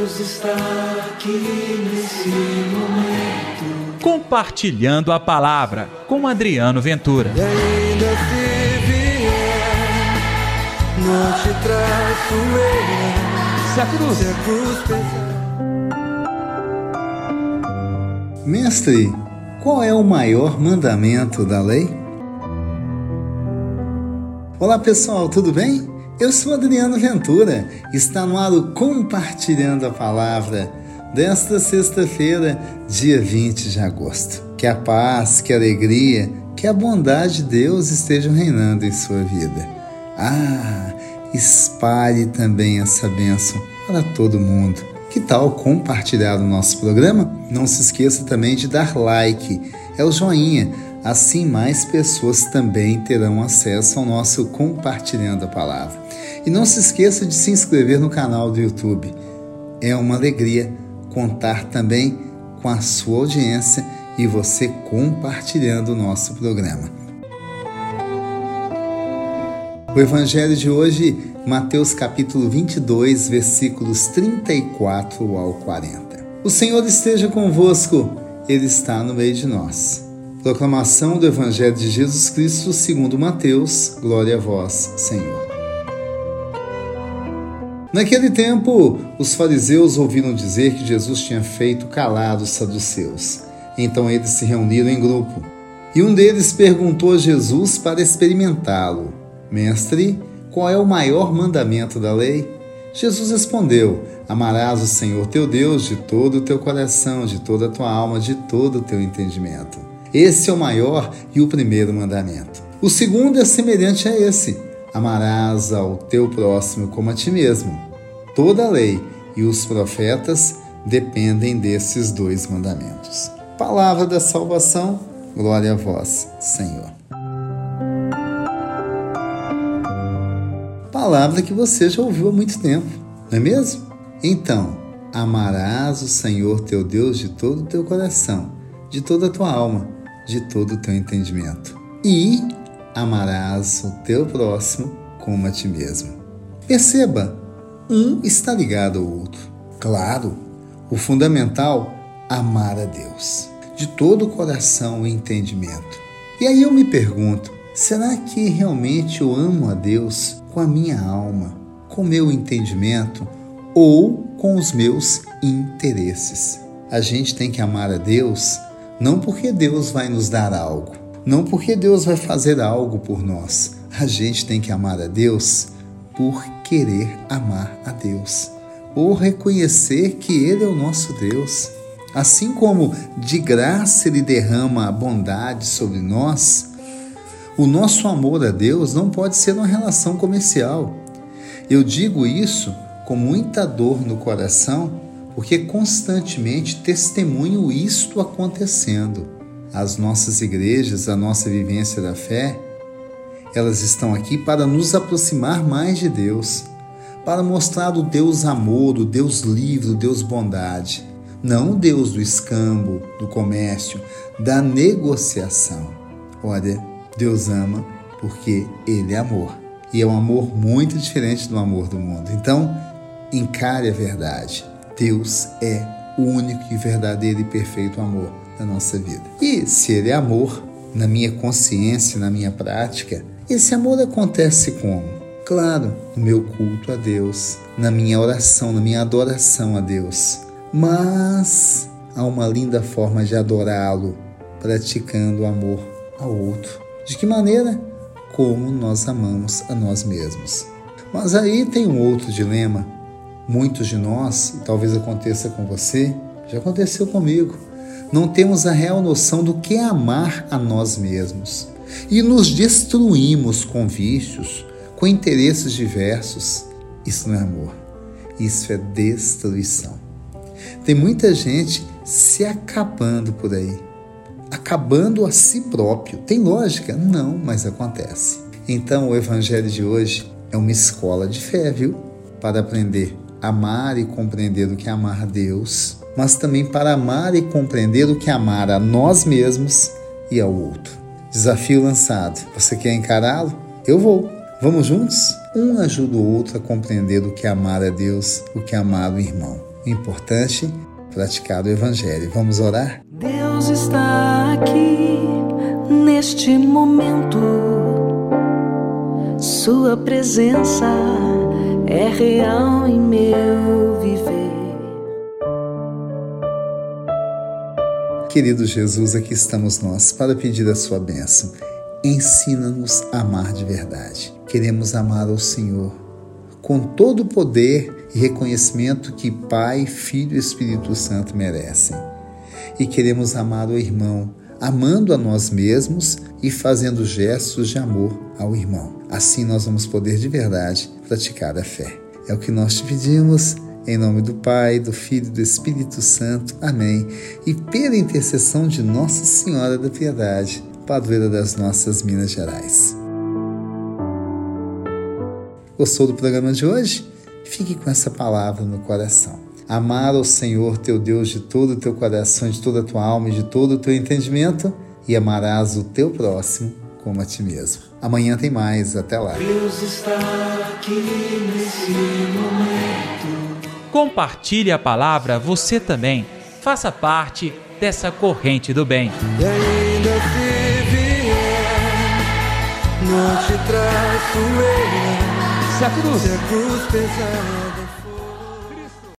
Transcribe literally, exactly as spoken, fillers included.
Deus está aqui nesse momento, Compartilhando a Palavra, com Adriano Ventura. e ainda se vier, não te traço eu, Se a cruz. se a cruz pesar. Mestre, qual é o maior mandamento da lei? Olá pessoal, tudo bem? Eu sou Adriano Ventura, está no ar o Compartilhando a Palavra desta sexta-feira, dia vinte de agosto. Que a paz, que a alegria, que a bondade de Deus estejam reinando em sua vida. Ah, espalhe também essa bênção para todo mundo. Que tal compartilhar o nosso programa? Não se esqueça também de dar like, é o joinha. Assim mais pessoas também terão acesso ao nosso Compartilhando a Palavra. E não se esqueça de se inscrever no canal do YouTube. É uma alegria contar também com a sua audiência e você compartilhando o nosso programa. O Evangelho de hoje, Mateus capítulo vinte e dois, versículos trinta e quatro ao quarenta. O Senhor esteja convosco, Ele está no meio de nós. Proclamação do Evangelho de Jesus Cristo segundo Mateus, glória a vós, Senhor. Naquele tempo, os fariseus ouviram dizer que Jesus tinha feito calar os saduceus. Então eles se reuniram em grupo. E um deles perguntou a Jesus para experimentá-lo: Mestre, qual é o maior mandamento da lei? Jesus respondeu: Amarás o Senhor teu Deus de todo o teu coração, de toda a tua alma, de todo o teu entendimento. Esse é o maior e o primeiro mandamento. O segundo é semelhante a esse: amarás ao teu próximo como a ti mesmo. Toda a lei e os profetas dependem desses dois mandamentos. Palavra da salvação, glória a vós, Senhor. Palavra que você já ouviu há muito tempo, não é mesmo? Então, amarás o Senhor teu Deus de todo o teu coração, de toda a tua alma, de todo o teu entendimento. E amarás o teu próximo como a ti mesmo. Perceba, um está ligado ao outro. Claro, o fundamental, amar a Deus, de todo o coração e entendimento. E aí eu me pergunto, será que realmente eu amo a Deus com a minha alma, com o meu entendimento ou com os meus interesses? A gente tem que amar a Deus não porque Deus vai nos dar algo, não porque Deus vai fazer algo por nós. A gente tem que amar a Deus por querer amar a Deus, por reconhecer que Ele é o nosso Deus. Assim como de graça Ele derrama a bondade sobre nós, o nosso amor a Deus não pode ser uma relação comercial. Eu digo isso com muita dor no coração, porque constantemente testemunho isto acontecendo. As nossas igrejas, a nossa vivência da fé, elas estão aqui para nos aproximar mais de Deus, para mostrar o Deus amor, o Deus livre, o Deus bondade, não o Deus do escambo, do comércio, da negociação. Olha, Deus ama porque Ele é amor, e é um amor muito diferente do amor do mundo. Então, encare a verdade. Deus é o único e verdadeiro e perfeito amor da nossa vida. E se Ele é amor, na minha consciência, na minha prática, esse amor acontece como? Claro, no meu culto a Deus, na minha oração, na minha adoração a Deus. Mas há uma linda forma de adorá-lo, praticando o amor ao outro. De que maneira? Como nós amamos a nós mesmos. Mas aí tem um outro dilema. Muitos de nós, e talvez aconteça com você, já aconteceu comigo, não temos a real noção do que é amar a nós mesmos. E nos destruímos com vícios, com interesses diversos. Isso não é amor, isso é destruição. Tem muita gente se acabando por aí, acabando a si próprio. Tem lógica? Não, mas acontece. Então o Evangelho de hoje é uma escola de fé, viu? Para aprender a amar e compreender o que é amar a Deus, mas também para amar e compreender o que é amar a nós mesmos e ao outro. Desafio lançado. Você quer encará-lo? Eu vou. Vamos juntos? Um ajuda o outro a compreender o que é amar a Deus, o que é amar o irmão. O importante é praticar o Evangelho. Vamos orar? Deus está aqui neste momento. Sua presença é real em meu viver. Querido Jesus, aqui estamos nós para pedir a sua bênção. Ensina-nos a amar de verdade. Queremos amar ao Senhor com todo o poder e reconhecimento que Pai, Filho e Espírito Santo merecem. E queremos amar o irmão, amando a nós mesmos e fazendo gestos de amor ao irmão. Assim nós vamos poder de verdade praticar a fé. É o que nós te pedimos, em nome do Pai, do Filho e do Espírito Santo. Amém. E pela intercessão de Nossa Senhora da Piedade, padroeira das nossas Minas Gerais. Gostou do programa de hoje? Fique com essa palavra no coração. Amar ao Senhor teu Deus de todo o teu coração, de toda a tua alma e de todo o teu entendimento, e amarás o teu próximo como a ti mesmo. Amanhã tem mais. Até lá. Deus está aqui nesse momento. Compartilhe a palavra você também. Faça parte dessa corrente do bem. E ainda se vier, não te traço eu. Se a cruz Se a cruz pesar.